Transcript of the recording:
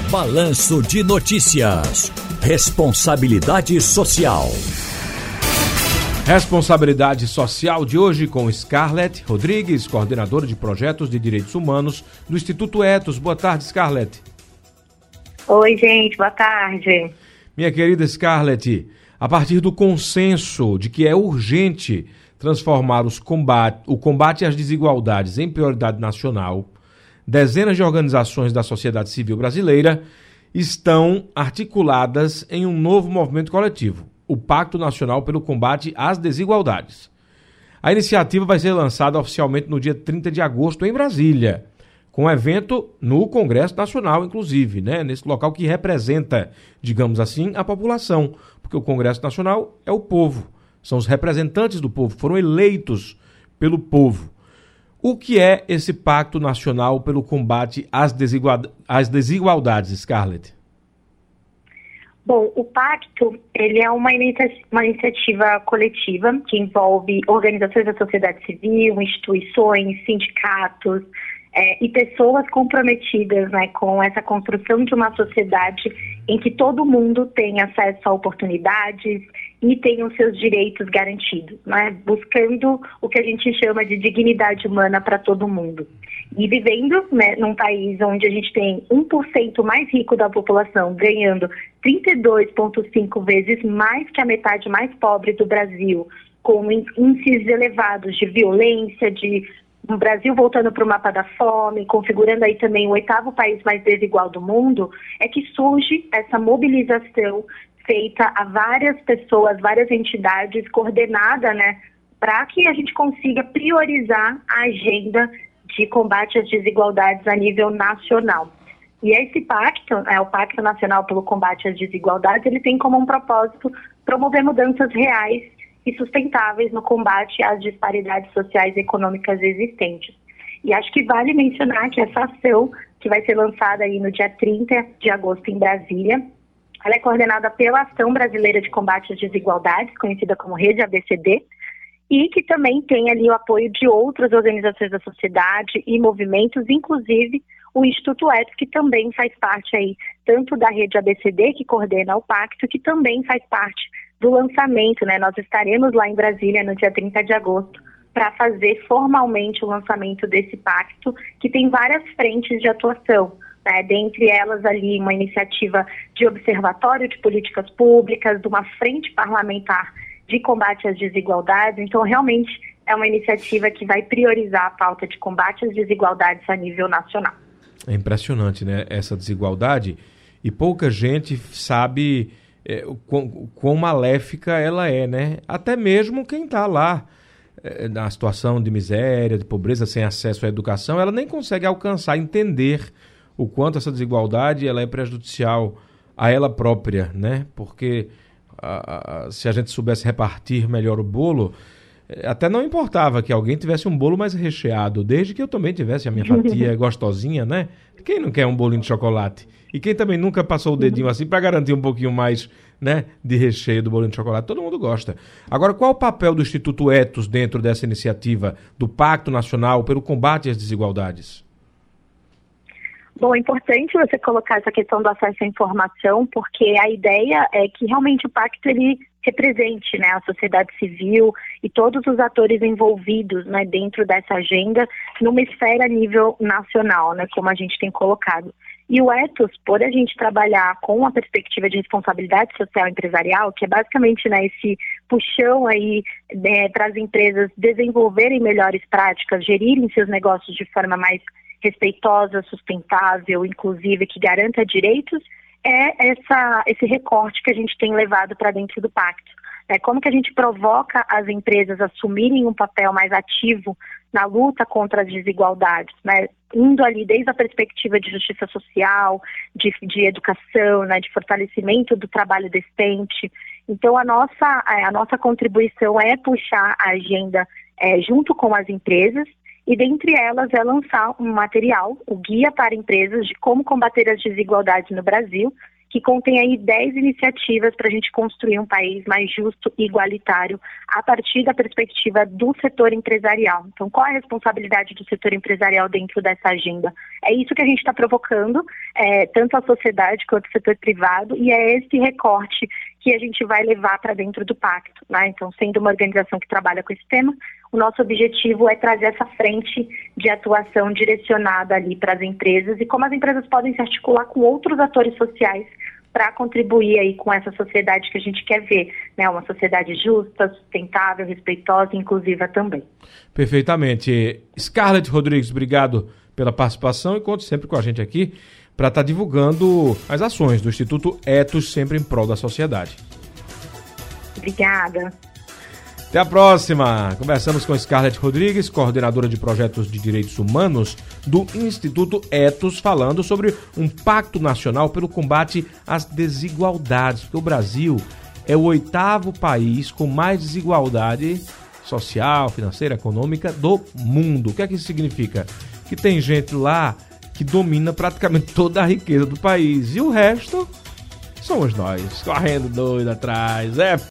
Balanço de Notícias. Responsabilidade social. Responsabilidade social de hoje com Scarlett Rodrigues, coordenadora de projetos de direitos humanos do Instituto Ethos. Boa tarde, Scarlett. Oi, gente, boa tarde. Minha querida Scarlett, a partir do consenso de que é urgente transformar o combate às desigualdades em prioridade nacional, dezenas de organizações da sociedade civil brasileira estão articuladas em um novo movimento coletivo, o Pacto Nacional pelo Combate às Desigualdades. A iniciativa vai ser lançada oficialmente no dia 30 de agosto em Brasília, com evento no Congresso Nacional, inclusive, nesse local que representa, digamos assim, a população, porque o Congresso Nacional é o povo, são os representantes do povo, foram eleitos pelo povo. O que é esse Pacto Nacional pelo Combate às Desigualdades, Scarlett? Bom, o Pacto, ele é uma iniciativa coletiva que envolve organizações da sociedade civil, instituições, sindicatos e pessoas comprometidas, com essa construção de uma sociedade em que todo mundo tem acesso a oportunidades e tem os seus direitos garantidos, buscando o que a gente chama de dignidade humana para todo mundo. E vivendo num país onde a gente tem 1% mais rico da população ganhando 32,5 vezes mais que a metade mais pobre do Brasil, com índices elevados de violência, de um Brasil voltando para o mapa da fome, configurando aí também o 8º país mais desigual do mundo, é que surge essa mobilização feita a várias pessoas, várias entidades, coordenada, para que a gente consiga priorizar a agenda de combate às desigualdades a nível nacional. E esse pacto, o Pacto Nacional pelo Combate às Desigualdades, ele tem como um propósito promover mudanças reais e sustentáveis no combate às disparidades sociais e econômicas existentes. E acho que vale mencionar que essa ação, que vai ser lançada aí no dia 30 de agosto em Brasília, ela é coordenada pela Ação Brasileira de Combate às Desigualdades, conhecida como Rede ABCD, e que também tem ali o apoio de outras organizações da sociedade e movimentos, inclusive o Instituto Ethos, que também faz parte aí, tanto da Rede ABCD, que coordena o pacto, que também faz parte do lançamento, Nós estaremos lá em Brasília no dia 30 de agosto para fazer formalmente o lançamento desse pacto, que tem várias frentes de atuação, dentre elas ali uma iniciativa de observatório de políticas públicas, de uma frente parlamentar de combate às desigualdades. Então, realmente, é uma iniciativa que vai priorizar a pauta de combate às desigualdades a nível nacional. É impressionante, essa desigualdade, e pouca gente sabe quão maléfica ela é, Até mesmo quem está lá na situação de miséria, de pobreza, sem acesso à educação, ela nem consegue alcançar, entender o quanto essa desigualdade ela é prejudicial a ela própria, Porque se a gente soubesse repartir melhor o bolo, até não importava que alguém tivesse um bolo mais recheado, desde que eu também tivesse a minha fatia gostosinha, Quem não quer um bolinho de chocolate? E quem também nunca passou o dedinho assim para garantir um pouquinho mais, de recheio do bolinho de chocolate? Todo mundo gosta. Agora, qual o papel do Instituto Ethos dentro dessa iniciativa do Pacto Nacional pelo Combate às Desigualdades? Bom, é importante você colocar essa questão do acesso à informação, porque a ideia é que realmente o pacto ele represente a sociedade civil e todos os atores envolvidos dentro dessa agenda numa esfera a nível nacional, como a gente tem colocado. E o Ethos, por a gente trabalhar com a perspectiva de responsabilidade social empresarial, que é basicamente esse puxão aí para as empresas desenvolverem melhores práticas, gerirem seus negócios de forma mais respeitosa, sustentável, inclusive, que garanta direitos, é esse recorte que a gente tem levado para dentro do pacto. Como que a gente provoca as empresas a assumirem um papel mais ativo na luta contra as desigualdades, indo ali desde a perspectiva de justiça social, de educação, de fortalecimento do trabalho decente. Então, a nossa contribuição é puxar a agenda junto com as empresas, e dentre elas é lançar um material, o Guia para Empresas de Como Combater as Desigualdades no Brasil, que contém aí 10 iniciativas para a gente construir um país mais justo e igualitário a partir da perspectiva do setor empresarial. Então, qual é a responsabilidade do setor empresarial dentro dessa agenda? É isso que a gente está provocando, tanto a sociedade quanto o setor privado, e é esse recorte que a gente vai levar para dentro do pacto, né? Então, sendo uma organização que trabalha com esse tema, o nosso objetivo é trazer essa frente de atuação direcionada ali para as empresas e como as empresas podem se articular com outros atores sociais para contribuir aí com essa sociedade que a gente quer ver, né? Uma sociedade justa, sustentável, respeitosa e inclusiva também. Perfeitamente. Scarlett Rodrigues, obrigado pela participação e conte sempre com a gente aqui para estar divulgando as ações do Instituto Ethos, sempre em prol da sociedade. Obrigada. Até a próxima. Conversamos com Scarlett Rodrigues, coordenadora de projetos de direitos humanos do Instituto Ethos, falando sobre um pacto nacional pelo combate às desigualdades, porque o Brasil é o 8º país com mais desigualdade social, financeira, econômica do mundo. O que é que isso significa? Que tem gente lá que domina praticamente toda a riqueza do país e o resto somos nós, correndo doido atrás.